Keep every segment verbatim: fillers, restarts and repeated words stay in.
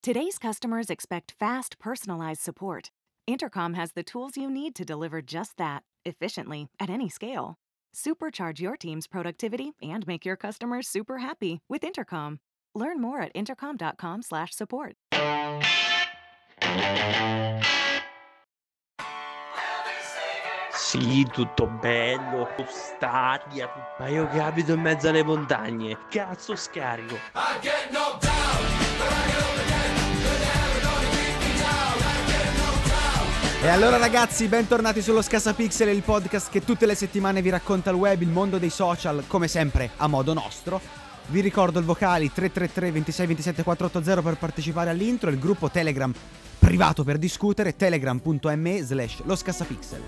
Today's customers expect fast, personalized support. Intercom has the tools you need to deliver just that, efficiently, at any scale. Supercharge your team's productivity and make your customers super happy with Intercom. Learn more at intercom.com slash support. Sì, tutto bello, Stadia, ma io che abito in mezzo alle montagne, cazzo scarico. E allora ragazzi, bentornati sullo Scasapixel, il podcast che tutte le settimane vi racconta il web, il mondo dei social, come sempre a modo nostro. Vi ricordo il vocali tre tre tre ventisei ventisette quattrocentottanta per partecipare all'intro, il gruppo Telegram privato per discutere, telegram.me slash lo Scasapixel.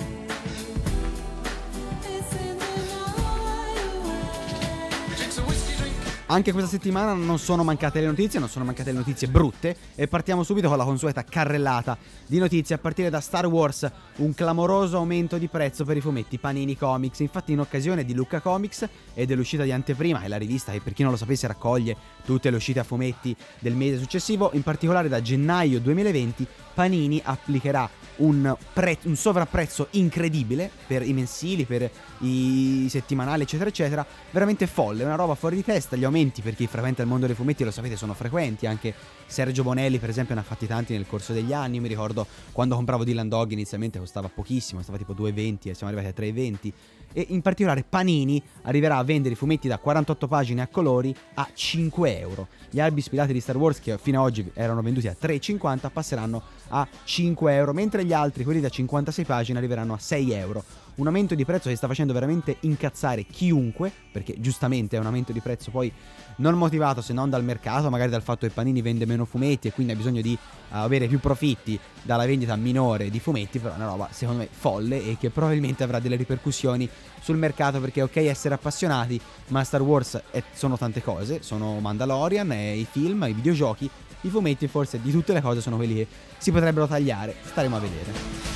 Anche questa settimana non sono mancate le notizie, non sono mancate le notizie brutte e partiamo subito con la consueta carrellata di notizie a partire da Star Wars, un clamoroso aumento di prezzo per i fumetti Panini Comics. Infatti in occasione di Lucca Comics e dell'uscita di Anteprima, che è la rivista che per chi non lo sapesse raccoglie tutte le uscite a fumetti del mese successivo, in particolare da gennaio duemilaventi Panini applicherà un, pre- un sovrapprezzo incredibile per i mensili, per i settimanali eccetera eccetera, veramente folle, una roba fuori di testa. Gli aumenti, per chi frequenta il mondo dei fumetti lo sapete, sono frequenti, anche Sergio Bonelli per esempio ne ha fatti tanti nel corso degli anni. Io mi ricordo quando compravo Dylan Dog inizialmente costava pochissimo, costava tipo due e venti e siamo arrivati a tre e venti, e in particolare Panini arriverà a vendere i fumetti da quarantotto pagine a colori a cinque euro. Gli albi ispirati di Star Wars, che fino ad oggi erano venduti a tre e cinquanta, passeranno a cinque euro, mentre gli altri, quelli da cinquantasei pagine, arriveranno a sei euro. Un aumento di prezzo che sta facendo veramente incazzare chiunque, perché giustamente è un aumento di prezzo poi non motivato se non dal mercato, magari dal fatto che Panini vende meno fumetti e quindi ha bisogno di uh, avere più profitti dalla vendita minore di fumetti, però è una roba secondo me folle e che probabilmente avrà delle ripercussioni sul mercato, perché ok essere appassionati, ma Star Wars è, sono tante cose, sono Mandalorian, è i film, i videogiochi, i fumetti forse di tutte le cose sono quelli che si potrebbero tagliare, staremo a vedere.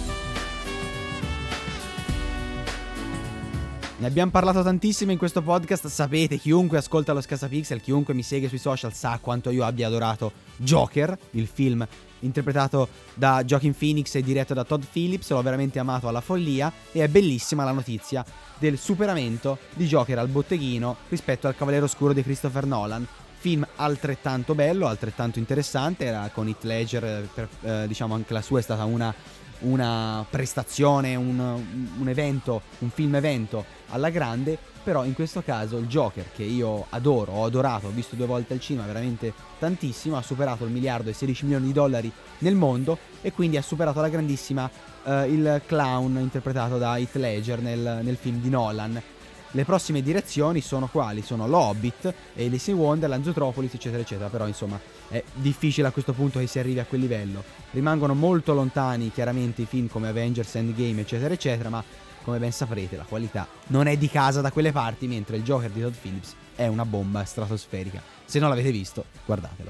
Ne abbiamo parlato tantissimo in questo podcast, sapete, chiunque ascolta lo Scasapixel, chiunque mi segue sui social sa quanto io abbia adorato Joker, il film interpretato da Joaquin Phoenix e diretto da Todd Phillips. L'ho veramente amato alla follia e è bellissima la notizia del superamento di Joker al botteghino rispetto al Cavaliere Oscuro di Christopher Nolan. Film altrettanto bello, altrettanto interessante, era con Heath Ledger, per, eh, diciamo anche la sua è stata una... una prestazione, un, un evento, un film evento alla grande, però in questo caso il Joker, che io adoro, ho adorato, ho visto due volte al cinema, veramente tantissimo, ha superato il miliardo e sedici milioni di dollari nel mondo e quindi ha superato alla grandissima uh, il clown interpretato da Heath Ledger nel, nel film di Nolan. Le prossime direzioni sono quali? Sono l'Hobbit, Alice in Wonderland, Zootropolis eccetera eccetera, però insomma è difficile a questo punto che si arrivi a quel livello. Rimangono molto lontani chiaramente i film come Avengers Endgame eccetera eccetera, ma come ben saprete la qualità non è di casa da quelle parti, mentre il Joker di Todd Phillips è una bomba stratosferica. Se non l'avete visto, guardatelo.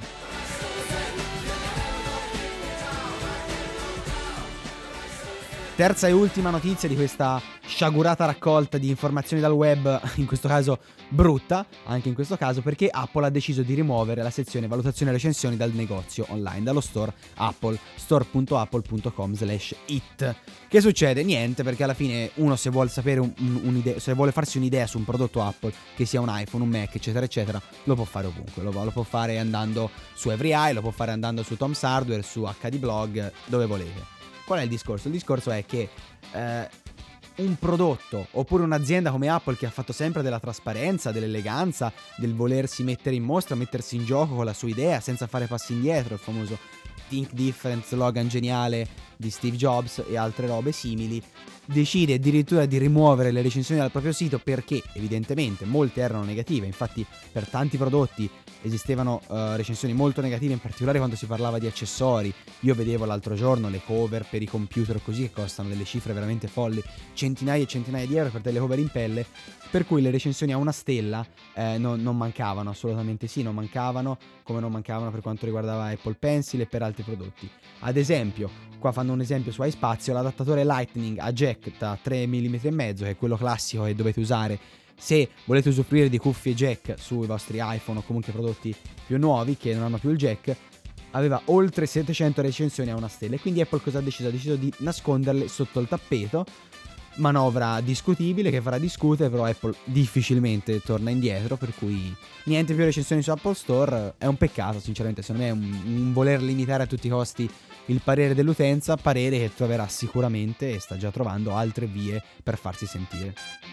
Terza e ultima notizia di questa sciagurata raccolta di informazioni dal web, in questo caso brutta, anche in questo caso, perché Apple ha deciso di rimuovere la sezione valutazione e recensioni dal negozio online, dallo store Apple, store punto apple punto com slash it. Che succede? Niente, perché alla fine uno se vuole sapere un, un, un'idea, se vuole farsi un'idea su un prodotto Apple, che sia un iPhone, un Mac, eccetera eccetera, lo può fare ovunque, lo, lo può fare andando su EveryEye, lo può fare andando su Tom's Hardware, su H D Blog, dove volete. Qual è il discorso? Il discorso è che eh, un prodotto oppure un'azienda come Apple, che ha fatto sempre della trasparenza, dell'eleganza, del volersi mettere in mostra, mettersi in gioco con la sua idea senza fare passi indietro, il famoso Think Different, slogan geniale di Steve Jobs e altre robe simili, decide addirittura di rimuovere le recensioni dal proprio sito perché evidentemente molte erano negative. Infatti per tanti prodotti esistevano uh, recensioni molto negative, in particolare quando si parlava di accessori. Io vedevo l'altro giorno le cover per i computer così che costano delle cifre veramente folli, centinaia e centinaia di euro per delle cover in pelle, per cui le recensioni a una stella eh, non, non mancavano, assolutamente sì, non mancavano, come non mancavano per quanto riguardava Apple Pencil e per altri prodotti. Ad esempio, qua fanno un esempio su iSpazio, l'adattatore Lightning a jack da tre virgola cinque millimetri, che è quello classico che dovete usare se volete usufruire di cuffie jack sui vostri iPhone o comunque prodotti più nuovi che non hanno più il jack, aveva oltre settecento recensioni a una stella, e quindi Apple cosa ha deciso? Ha deciso di nasconderle sotto il tappeto. Manovra discutibile che farà discutere, però Apple difficilmente torna indietro, per cui niente più recensioni su Apple Store. È un peccato, sinceramente, secondo me è un, un voler limitare a tutti i costi il parere dell'utenza, parere che troverà sicuramente e sta già trovando altre vie per farsi sentire.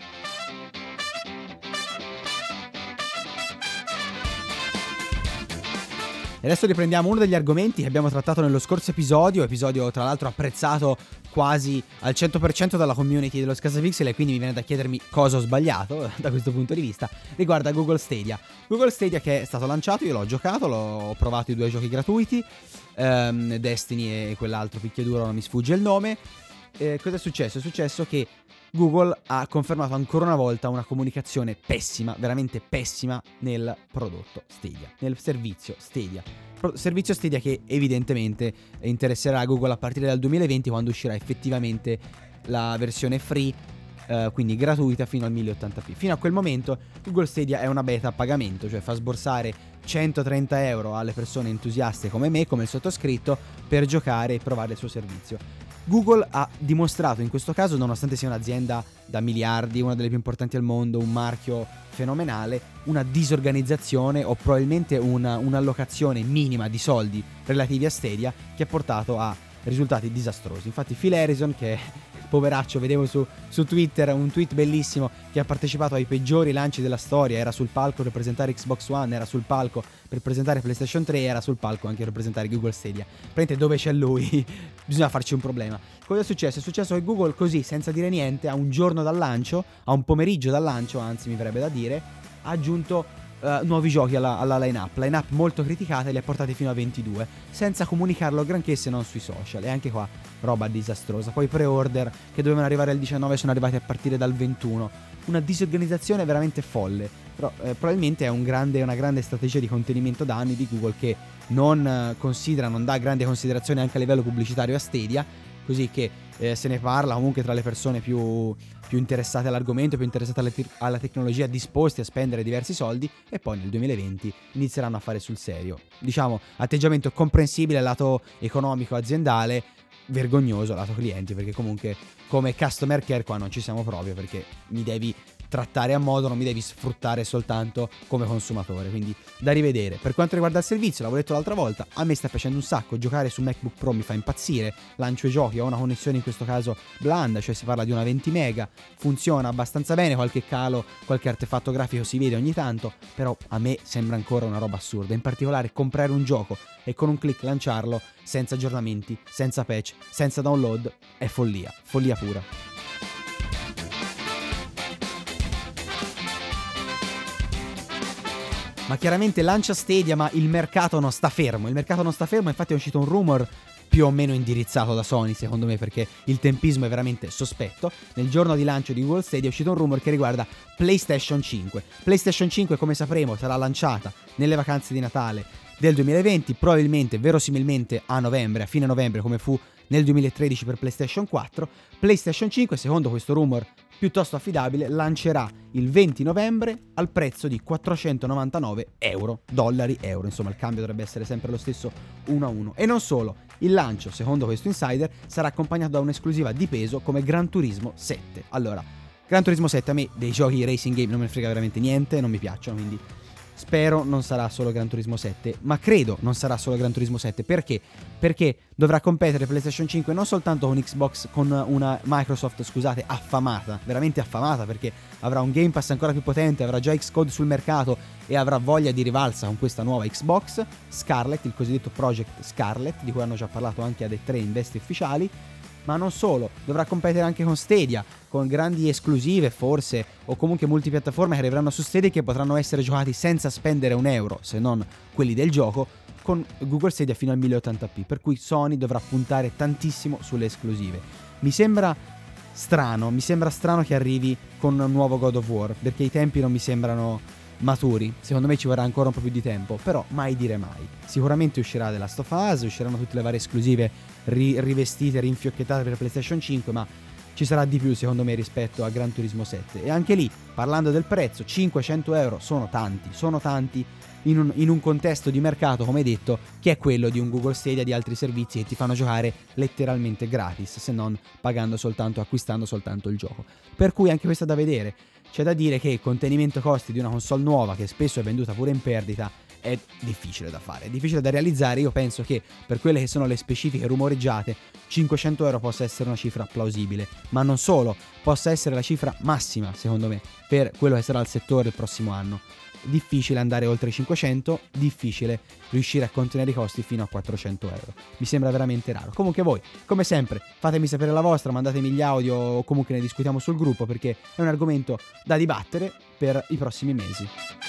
E adesso riprendiamo uno degli argomenti che abbiamo trattato nello scorso episodio, episodio tra l'altro apprezzato quasi al cento per cento dalla community dello Scasapixel, e quindi mi viene da chiedermi cosa ho sbagliato da questo punto di vista. Riguarda Google Stadia. Google Stadia che è stato lanciato, io l'ho giocato, l'ho provato i due giochi gratuiti, um, Destiny e quell'altro picchiaduro, non mi sfugge il nome. Eh, cosa è successo? È successo che Google ha confermato ancora una volta una comunicazione pessima, veramente pessima, nel prodotto Stadia, nel servizio Stadia. Pro- servizio Stadia che evidentemente interesserà Google a partire dal duemilaventi, quando uscirà effettivamente la versione free, eh, quindi gratuita fino al mille ottanta p. Fino a quel momento Google Stadia è una beta a pagamento, cioè fa sborsare centotrenta euro alle persone entusiaste come me, come il sottoscritto, per giocare e provare il suo servizio. Google ha dimostrato in questo caso, nonostante sia un'azienda da miliardi, una delle più importanti al mondo, un marchio fenomenale, una disorganizzazione o probabilmente una, un'allocazione minima di soldi relativi a Stadia che ha portato a risultati disastrosi. Infatti Phil Harrison, che poveraccio, vedevo su, su Twitter un tweet bellissimo, che ha partecipato ai peggiori lanci della storia, era sul palco per presentare Xbox One, era sul palco per presentare PlayStation tre, era sul palco anche per presentare Google Stadia. Praticamente dove c'è lui bisogna farci un problema. Cosa è successo? È successo che Google, così senza dire niente, a un giorno dal lancio, a un pomeriggio dal lancio, anzi mi verrebbe da dire, ha aggiunto Uh, nuovi giochi alla, alla line-up, line-up molto criticata, e li ha portati fino a ventidue, senza comunicarlo granché se non sui social. E anche qua roba disastrosa. Poi pre-order che dovevano arrivare al diciannove sono arrivati a partire dal ventuno. Una disorganizzazione veramente folle. Però eh, probabilmente è un grande, una grande strategia di contenimento danni di Google, che non eh, considera, non dà grande considerazione anche a livello pubblicitario a Stadia, così che eh, se ne parla comunque tra le persone più, più interessate all'argomento, più interessate alla, te- alla tecnologia, disposti a spendere diversi soldi, e poi nel duemilaventi inizieranno a fare sul serio. Diciamo, atteggiamento comprensibile lato economico aziendale, vergognoso lato clienti, perché comunque come customer care qua non ci siamo proprio, perché mi devi trattare a modo, non mi devi sfruttare soltanto come consumatore. Quindi da rivedere. Per quanto riguarda il servizio, l'avevo detto l'altra volta, a me sta piacendo un sacco, giocare su MacBook Pro mi fa impazzire, lancio i giochi, ho una connessione in questo caso blanda, cioè si parla di una venti mega, funziona abbastanza bene, qualche calo, qualche artefatto grafico si vede ogni tanto, però a me sembra ancora una roba assurda, in particolare comprare un gioco e con un click lanciarlo senza aggiornamenti, senza patch, senza download, è follia, follia pura. Ma chiaramente lancia Stadia, ma il mercato non sta fermo. Il mercato non sta fermo, infatti è uscito un rumor più o meno indirizzato da Sony, secondo me, perché il tempismo è veramente sospetto. Nel giorno di lancio di Google Stadia è uscito un rumor che riguarda PlayStation cinque. PlayStation cinque, come sapremo, sarà lanciata nelle vacanze di Natale del duemilaventi, probabilmente, verosimilmente a novembre, a fine novembre, come fu nel duemilatredici per PlayStation quattro. PlayStation cinque, secondo questo rumor piuttosto affidabile, lancerà il venti novembre al prezzo di quattrocentonovantanove euro, dollari, euro, insomma il cambio dovrebbe essere sempre lo stesso uno a uno. E non solo, il lancio, secondo questo insider, sarà accompagnato da un'esclusiva di peso come Gran Turismo sette. Allora, Gran Turismo sette, a me dei giochi racing game non mi frega veramente niente, non mi piacciono, quindi spero non sarà solo Gran Turismo sette, ma credo non sarà solo Gran Turismo sette. Perché? Perché dovrà competere PlayStation cinque non soltanto con Xbox, con una Microsoft, scusate, affamata, veramente affamata, perché avrà un Game Pass ancora più potente, avrà già Xcode sul mercato e avrà voglia di rivalsa con questa nuova Xbox Scarlett, il cosiddetto Project Scarlett, di cui hanno già parlato anche ad E tre in vesti ufficiali. Ma non solo, dovrà competere anche con Stadia, con grandi esclusive forse, o comunque multipiattaforme che arriveranno su Stadia, che potranno essere giocati senza spendere un euro, se non quelli del gioco, con Google Stadia fino al mille ottanta p, per cui Sony dovrà puntare tantissimo sulle esclusive. Mi sembra strano, mi sembra strano che arrivi con un nuovo God of War, perché i tempi non mi sembrano maturi, secondo me ci vorrà ancora un po' più di tempo, però mai dire mai. Sicuramente uscirà The Last of Us, usciranno tutte le varie esclusive ri- rivestite, rinfiocchettate per PlayStation cinque, ma ci sarà di più secondo me rispetto a Gran Turismo sette. E anche lì, parlando del prezzo, cinquecento euro sono tanti, sono tanti in un, in un contesto di mercato, come detto, che è quello di un Google Stadia, di altri servizi che ti fanno giocare letteralmente gratis, se non pagando soltanto, acquistando soltanto il gioco. Per cui anche questo è da vedere. C'è da dire che il contenimento costi di una console nuova, che spesso è venduta pure in perdita, è difficile da fare, è difficile da realizzare. Io penso che per quelle che sono le specifiche rumoreggiate, cinquecento euro possa essere una cifra plausibile, ma non solo, possa essere la cifra massima, secondo me, per quello che sarà il settore il prossimo anno. Difficile andare oltre i cinquecento, difficile riuscire a contenere i costi fino a quattrocento euro. Mi sembra veramente raro. Comunque voi, come sempre, fatemi sapere la vostra, mandatemi gli audio o comunque ne discutiamo sul gruppo, perché è un argomento da dibattere per i prossimi mesi.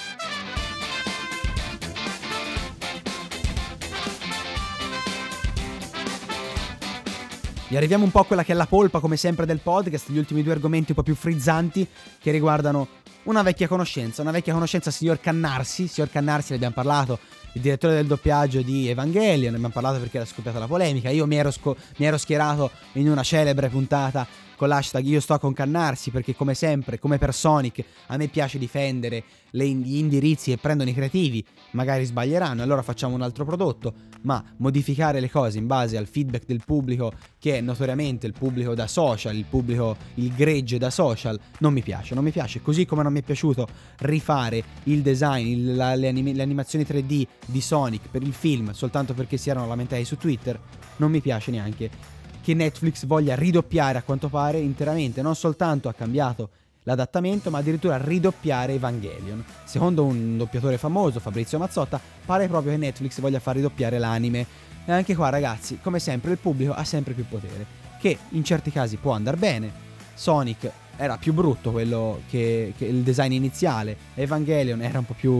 E arriviamo un po' a quella che è la polpa, come sempre, del podcast, gli ultimi due argomenti un po' più frizzanti che riguardano una vecchia conoscenza, una vecchia conoscenza, signor Cannarsi. Signor Cannarsi, ne abbiamo parlato, il direttore del doppiaggio di Evangelion, ne abbiamo parlato perché era scoppiata la polemica. Io mi ero, sco- mi ero schierato in una celebre puntata con l'hashtag io sto con Cannarsi, perché come sempre, come per Sonic, a me piace difendere le, gli indirizzi che prendono i creativi. Magari sbaglieranno, allora facciamo un altro prodotto, ma modificare le cose in base al feedback del pubblico, che è notoriamente il pubblico da social, il pubblico, il gregge da social, non mi piace, non mi piace. Così come non mi è piaciuto rifare il design, il, la, le, anim- le animazioni tre D di Sonic per il film, soltanto perché si erano lamentati su Twitter, non mi piace neanche che Netflix voglia ridoppiare, a quanto pare, interamente. Non soltanto ha cambiato l'adattamento, ma addirittura ridoppiare Evangelion. Secondo un doppiatore famoso, Fabrizio Mazzotta, pare proprio che Netflix voglia far ridoppiare l'anime. E anche qua, ragazzi, come sempre, il pubblico ha sempre più potere, che in certi casi può andare bene. Sonic era più brutto quello che, che il design iniziale, Evangelion era un po' più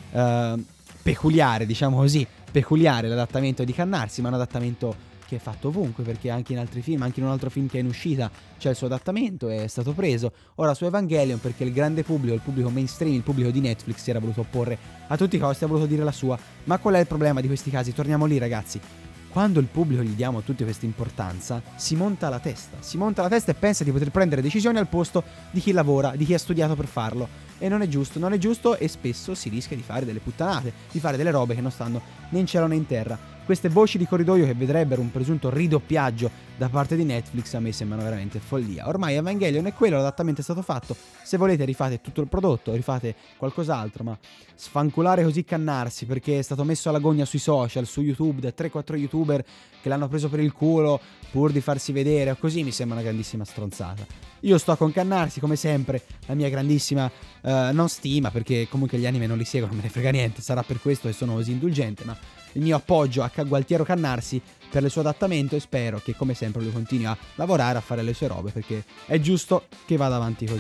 uh, peculiare, diciamo così, peculiare l'adattamento di Cannarsi, ma un adattamento che è fatto ovunque, perché anche in altri film, anche in un altro film che è in uscita c'è il suo adattamento, è stato preso. Ora su Evangelion, perché il grande pubblico, il pubblico mainstream, il pubblico di Netflix si era voluto opporre a tutti i costi, ha voluto dire la sua. Ma qual è il problema di questi casi? Torniamo lì, ragazzi. Quando il pubblico gli diamo tutta questa importanza, si monta la testa, si monta la testa e pensa di poter prendere decisioni al posto di chi lavora, di chi ha studiato per farlo. E non è giusto, non è giusto, e spesso si rischia di fare delle puttanate, di fare delle robe che non stanno né in cielo né in terra. Queste voci di corridoio che vedrebbero un presunto ridoppiaggio da parte di Netflix a me sembrano veramente follia. Ormai Evangelion è quello, l'adattamento è stato fatto. Se volete rifate tutto il prodotto, rifate qualcos'altro, ma sfanculare così Cannarsi perché è stato messo alla gogna sui social, su YouTube, da tre quattro youtuber che l'hanno preso per il culo pur di farsi vedere o così, mi sembra una grandissima stronzata. Io sto con Cannarsi, come sempre, la mia grandissima uh, non stima, perché comunque gli anime non li seguono, non me ne frega niente, sarà per questo che sono così indulgente, ma il mio appoggio a Gualtiero Cannarsi per il suo adattamento, e spero che come sempre lui continui a lavorare, a fare le sue robe, perché è giusto che vada avanti così.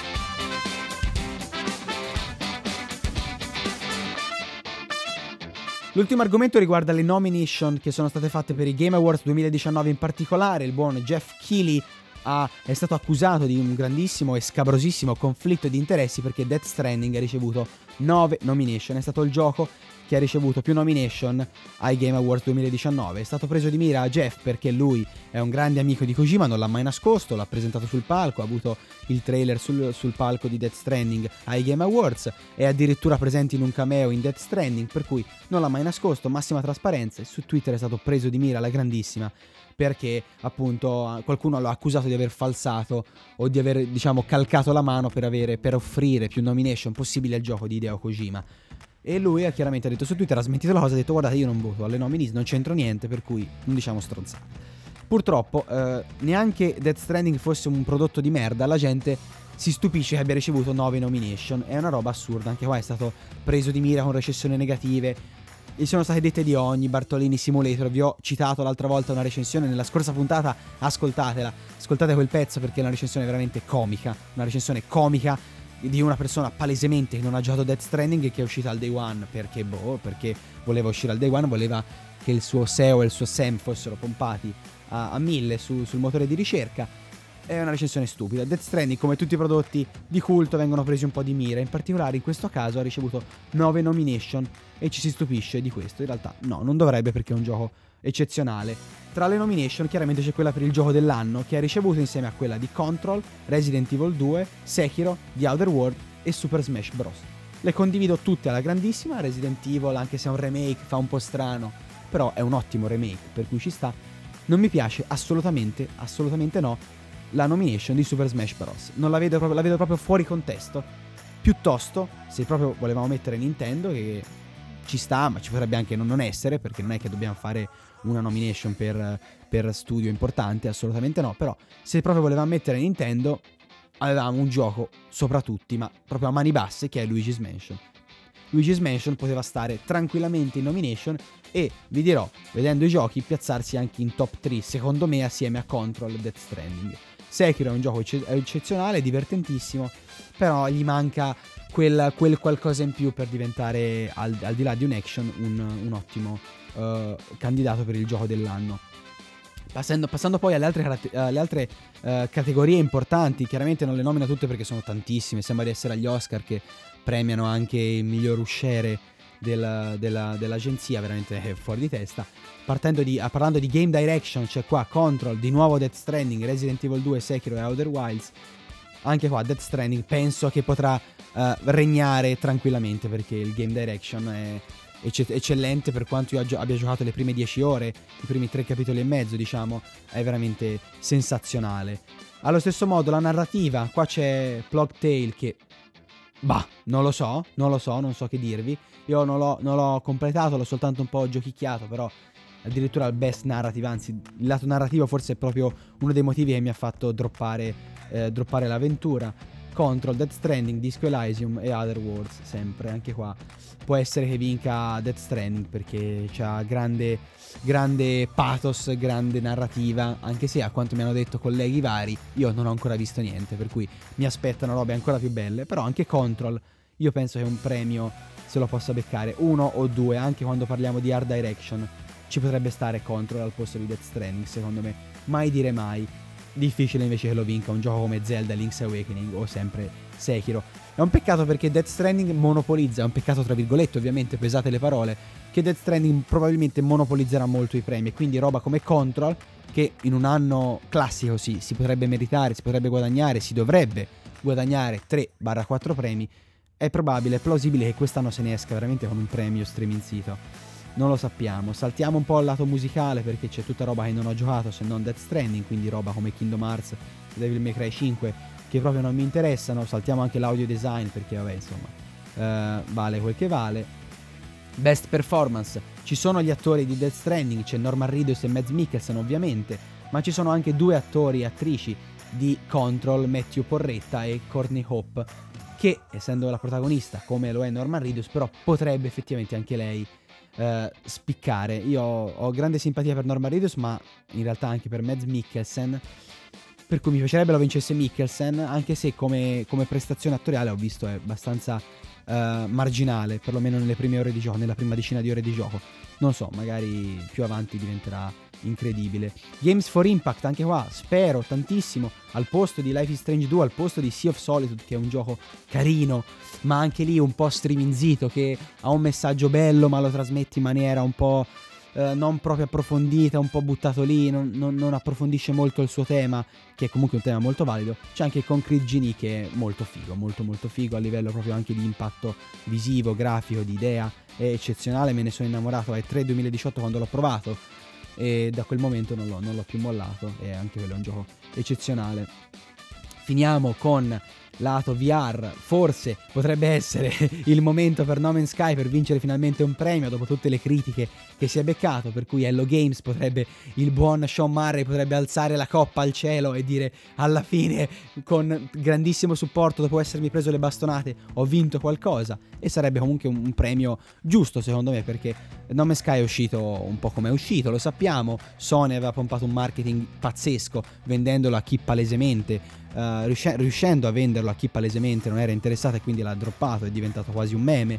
L'ultimo argomento riguarda le nomination che sono state fatte per i Game Awards duemiladiciannove, in particolare il buon Jeff Keighley ha, è stato accusato di un grandissimo e scabrosissimo conflitto di interessi, perché Death Stranding ha ricevuto nove nomination, è stato il gioco che ha ricevuto più nomination ai Game Awards duemiladiciannove. È stato preso di mira a Jeff perché lui è un grande amico di Kojima, non l'ha mai nascosto, l'ha presentato sul palco, ha avuto il trailer sul, sul palco di Death Stranding ai Game Awards, è addirittura presente in un cameo in Death Stranding, per cui non l'ha mai nascosto, massima trasparenza, e su Twitter è stato preso di mira alla grandissima perché appunto qualcuno lo ha accusato di aver falsato o di aver, diciamo, calcato la mano per avere per offrire più nomination possibili al gioco di Hideo Kojima. E lui ha chiaramente detto su Twitter, ha smentito la cosa, ha detto guardate, io non voto alle nominees, non c'entro niente, per cui non diciamo stronzate. Purtroppo eh, neanche Death Stranding fosse un prodotto di merda, la gente si stupisce che abbia ricevuto nove nomination, è una roba assurda. Anche qua è stato preso di mira con recensioni negative, e sono state dette di ogni. Bartolini Simulator, vi ho citato l'altra volta una recensione nella scorsa puntata, ascoltatela, ascoltate quel pezzo perché è una recensione veramente comica, una recensione comica di una persona palesemente che non ha giocato Death Stranding e che è uscita al day one perché boh, perché voleva uscire al day one, voleva che il suo S E O e il suo S E M fossero pompati a, a mille su, sul motore di ricerca. è una recensione stupida. Death Stranding, come tutti i prodotti di culto, vengono presi un po' di mira. In particolare in questo caso ha ricevuto nove nomination e ci si stupisce di questo. In realtà no, non dovrebbe, perché è un gioco eccezionale. Tra le nomination chiaramente c'è quella per il gioco dell'anno, che ha ricevuto insieme a quella di Control, Resident Evil due, Sekiro, The Outer World e Super Smash Bros. Le condivido tutte alla grandissima. Resident Evil, anche se è un remake, fa un po' strano, però è un ottimo remake, per cui ci sta. Non mi piace assolutamente, assolutamente no, la nomination di Super Smash Bros. Non la vedo proprio, la vedo proprio fuori contesto. Piuttosto, se proprio volevamo mettere Nintendo, che ci sta, ma ci potrebbe anche non essere, perché non è che dobbiamo fare una nomination per, per studio importante, assolutamente no. Però se proprio volevamo mettere Nintendo, avevamo un gioco sopra tutti, ma proprio a mani basse, che è Luigi's Mansion. Luigi's Mansion poteva stare tranquillamente in nomination e, vi dirò, vedendo i giochi, piazzarsi anche in top tre, secondo me, assieme a Control e Death Stranding. Sekiro è un gioco ecce- eccezionale, divertentissimo, però gli manca quel, quel qualcosa in più per diventare, al, al di là di un action, un, un ottimo uh, candidato per il gioco dell'anno. Passando, passando poi alle altre, caratter- alle altre uh, categorie importanti, chiaramente non le nomino tutte perché sono tantissime, sembra di essere agli Oscar che premiano anche il miglior usciere della, della, dell'agenzia, veramente è fuori di testa. Partendo di, parlando di Game Direction, c'è qua Control, di nuovo Death Stranding, Resident Evil due, Sekiro e Outer Wilds. Anche qua Death Stranding penso che potrà uh, regnare tranquillamente, perché il Game Direction è ecce- eccellente. Per quanto io abbia giocato le prime dieci ore, i primi tre capitoli e mezzo, diciamo, è veramente sensazionale. Allo stesso modo la narrativa, qua c'è Plague Tale che, bah, non lo so, non lo so, non so che dirvi. Io non l'ho, non l'ho completato, l'ho soltanto un po' giochicchiato, però addirittura il best narrative, anzi il lato narrativo forse è proprio uno dei motivi che mi ha fatto droppare, eh, droppare l'avventura. Control, Death Stranding, Disco Elysium e Other Worlds, sempre, anche qua può essere che vinca Death Stranding perché c'ha grande, grande pathos, grande narrativa, anche se a quanto mi hanno detto colleghi vari io non ho ancora visto niente, per cui mi aspettano robe ancora più belle. Però anche Control io penso che un premio se lo possa beccare, uno o due, anche quando parliamo di Art Direction ci potrebbe stare Control al posto di Death Stranding, secondo me, mai dire mai. Difficile invece che lo vinca un gioco come Zelda, Link's Awakening o sempre Sekiro. È un peccato perché Death Stranding monopolizza, è un peccato tra virgolette ovviamente, pesate le parole, che Death Stranding probabilmente monopolizzerà molto i premi, e quindi roba come Control, che in un anno classico sì, si potrebbe meritare, si potrebbe guadagnare, si dovrebbe guadagnare tre quattro premi, è probabile, è plausibile che quest'anno se ne esca veramente con un premio streaming sito. Non lo sappiamo. Saltiamo un po' al lato musicale perché c'è tutta roba che non ho giocato se non Death Stranding, quindi roba come Kingdom Hearts, Devil May Cry cinque che proprio non mi interessano. Saltiamo anche l'audio design perché vabbè insomma eh, vale quel che vale. Best performance, ci sono gli attori di Death Stranding, c'è Norman Reedus e Mads Mikkelsen ovviamente, ma ci sono anche due attori e attrici di Control, Matthew Porretta e Courtney Hope, che essendo la protagonista come lo è Norman Reedus però potrebbe effettivamente anche lei Uh, spiccare. Io ho, ho grande simpatia per Norman Reedus, ma in realtà anche per Mads Mikkelsen, per cui mi piacerebbe lo vincesse Mikkelsen, anche se come, come prestazione attoriale ho visto è abbastanza uh, marginale, perlomeno nelle prime ore di gioco, nella prima decina di ore di gioco. Non so, magari più avanti diventerà incredibile. Games for Impact, anche qua spero tantissimo al posto di Life is Strange due, al posto di Sea of Solitude, che è un gioco carino ma anche lì un po' streaminzito, che ha un messaggio bello ma lo trasmette in maniera un po' eh, non proprio approfondita, un po' buttato lì, non, non, non approfondisce molto il suo tema, che è comunque un tema molto valido. C'è anche Concrete Genie che è molto figo, molto molto figo a livello proprio anche di impatto visivo, grafico, di idea, è eccezionale, me ne sono innamorato a E tre duemiladiciotto quando l'ho provato e da quel momento non l'ho, non l'ho più mollato, e anche quello è un gioco eccezionale. Finiamo con lato V R, forse potrebbe essere il momento per No Man's Sky per vincere finalmente un premio dopo tutte le critiche che si è beccato, per cui Hello Games potrebbe, il buon Sean Murray potrebbe alzare la coppa al cielo e dire alla fine con grandissimo supporto, dopo essermi preso le bastonate, ho vinto qualcosa, e sarebbe comunque un premio giusto secondo me, perché No Man's Sky è uscito un po' come è uscito, lo sappiamo, Sony aveva pompato un marketing pazzesco vendendolo a chi palesemente Uh, riusc- riuscendo a venderlo a chi palesemente non era interessato e quindi l'ha droppato, è diventato quasi un meme.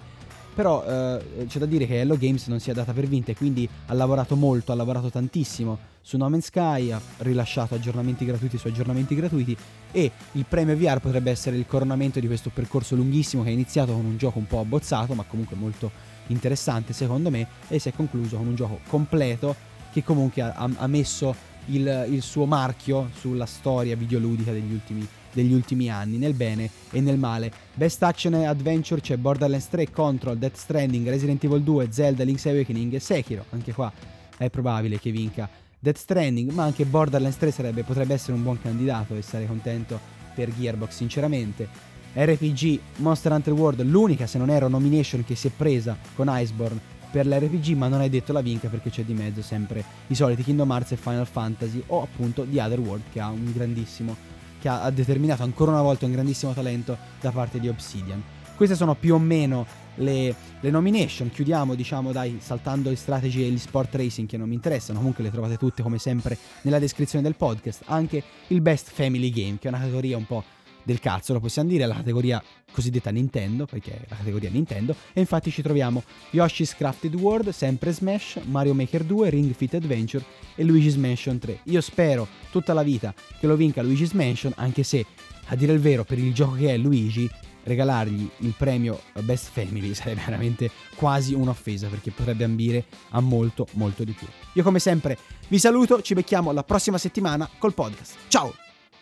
Però eh, c'è da dire che Hello Games non si è data per vinta e quindi ha lavorato molto, ha lavorato tantissimo su No Man's Sky, ha rilasciato aggiornamenti gratuiti su aggiornamenti gratuiti, e il premio V R potrebbe essere il coronamento di questo percorso lunghissimo che è iniziato con un gioco un po' abbozzato ma comunque molto interessante secondo me, e si è concluso con un gioco completo che comunque ha, ha messo il, il suo marchio sulla storia videoludica degli ultimi degli ultimi anni, nel bene e nel male. Best Action Adventure c'è Borderlands tre, Control, Death Stranding, Resident Evil due, Zelda, Link's Awakening e Sekiro. Anche qua è probabile che vinca Death Stranding, ma anche Borderlands tre sarebbe, potrebbe essere un buon candidato e sarei contento per Gearbox sinceramente. R P G Monster Hunter World, l'unica se non ero nomination che si è presa con Iceborne per l'R P G, ma non è detto la vinca perché c'è di mezzo sempre i soliti Kingdom Hearts e Final Fantasy, o appunto The Other World, che ha un grandissimo che ha determinato ancora una volta un grandissimo talento da parte di Obsidian. Queste sono più o meno le, le nomination. Chiudiamo, diciamo, dai, saltando gli strategy e gli sport racing che non mi interessano, comunque le trovate tutte come sempre nella descrizione del podcast. Anche il Best Family Game, che è una categoria un po' del cazzo, lo possiamo dire, la categoria cosiddetta Nintendo, perché è la categoria Nintendo, e infatti ci troviamo Yoshi's Crafted World, sempre Smash, Mario Maker due, Ring Fit Adventure e Luigi's Mansion tre. Io spero tutta la vita che lo vinca Luigi's Mansion, anche se, a dire il vero, per il gioco che è Luigi, regalargli il premio Best Family sarebbe veramente quasi un'offesa, perché potrebbe ambire a molto molto di più. Io come sempre vi saluto, ci becchiamo la prossima settimana col podcast. Ciao!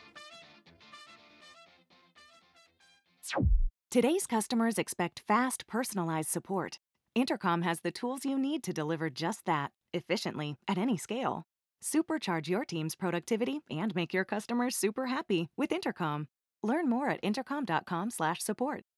Today's customers expect fast, personalized support. Intercom has the tools you need to deliver just that, efficiently, at any scale. Supercharge your team's productivity and make your customers super happy with Intercom. Learn more at intercom dot com slash support.